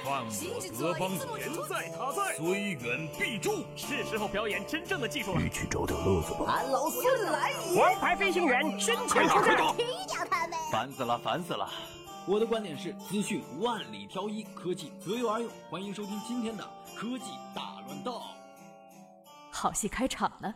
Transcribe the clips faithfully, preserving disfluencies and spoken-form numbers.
犯我德邦言在他在，虽远必诛。 是时候表演真正的技术了。 一起找点乐子吧。 俺老孙来也！ 王牌飞行员身前出战， 踢掉他们！ 烦死了，烦死了！ 我的观点是：资讯万里挑一，科技择优而用。欢迎收听今天的科技大乱斗。 好戏开场了。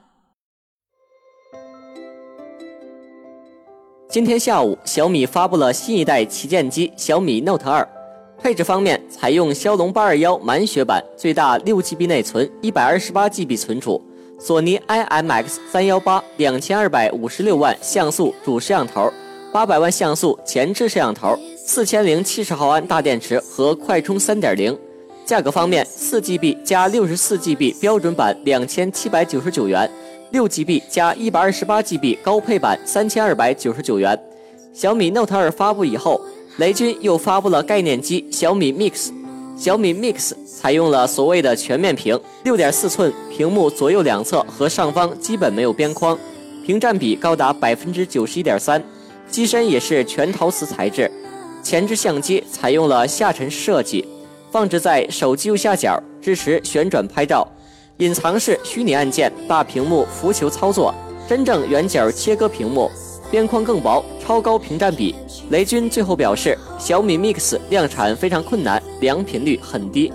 今天下午，小米发布了新一代旗舰机小米 Note 二。配置方面，采用骁龙八二一满血版，最大 六 G B 内存， 一百二十八 G B 存储，索尼 I M X 三一八两千二百五十六万像素主摄像头，八百万像素前置摄像头，四千零七十毫安大电池和快充 三点零。价格方面 ，四 G B 加 六十四 G B 标准版两千七百九十九元， 六 G B 加 一百二十八 G B 高配版三千二百九十九元。小米 Note 二发布以后，雷军又发布了概念机小米 Mix。小米 Mix 采用了所谓的全面屏， 六点四寸屏幕，左右两侧和上方基本没有边框，屏占比高达 百分之九十一点三， 机身也是全陶瓷材质，前置相机采用了下沉设计，放置在手机右下角，支持旋转拍照，隐藏式虚拟按键，大屏幕浮球操作，真正圆角切割屏幕，边框更薄，超高屏占比。雷军最后表示，小米 Mix 量产非常困难，良品率很低。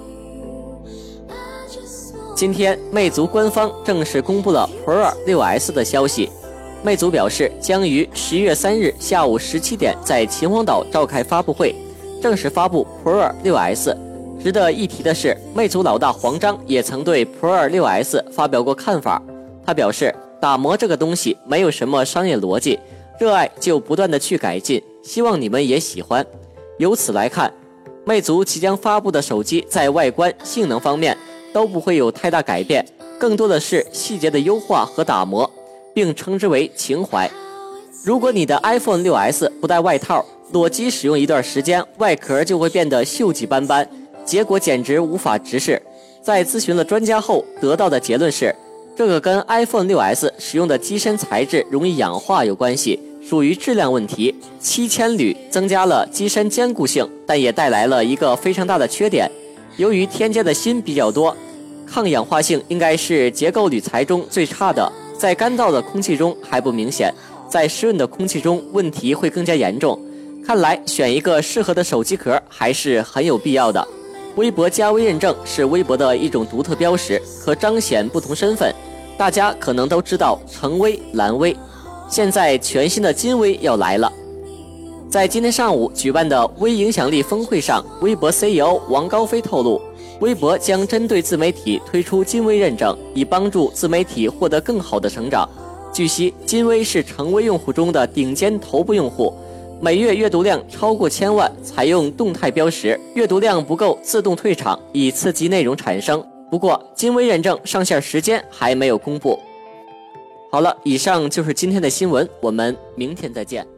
今天，魅族官方正式公布了 Pro 六 S 的消息。魅族表示，将于十一月三日下午十七点在秦皇岛召开发布会，正式发布 Pro 六 S。值得一提的是，魅族老大黄章也曾对 Pro 六 S 发表过看法。他表示，打磨这个东西没有什么商业逻辑，热爱就不断的去改进，希望你们也喜欢。由此来看，魅族即将发布的手机在外观、性能方面都不会有太大改变，更多的是细节的优化和打磨，并称之为情怀。如果你的 iPhone 六 S 不带外套，裸机使用一段时间，外壳就会变得锈迹斑斑，结果简直无法直视。在咨询了专家后得到的结论是，这个跟 iPhone 六 S 使用的机身材质容易氧化有关系，属于质量问题。七千铝增加了机身坚固性，但也带来了一个非常大的缺点，由于添加的锌比较多，抗氧化性应该是结构铝材中最差的，在干燥的空气中还不明显，在湿润的空气中问题会更加严重。看来选一个适合的手机壳还是很有必要的。微博加微认证是微博的一种独特标识，可彰显不同身份。大家可能都知道橙微、蓝微，现在全新的金微要来了。在今天上午举办的微影响力峰会上，微博 C E O 王高飞透露，微博将针对自媒体推出金微认证，以帮助自媒体获得更好的成长。据悉，金微是橙微用户中的顶尖头部用户，每月阅读量超过千万，采用动态标识，阅读量不够自动退场，以刺激内容产生。不过金微认证上线时间还没有公布。好了，以上就是今天的新闻，我们明天再见。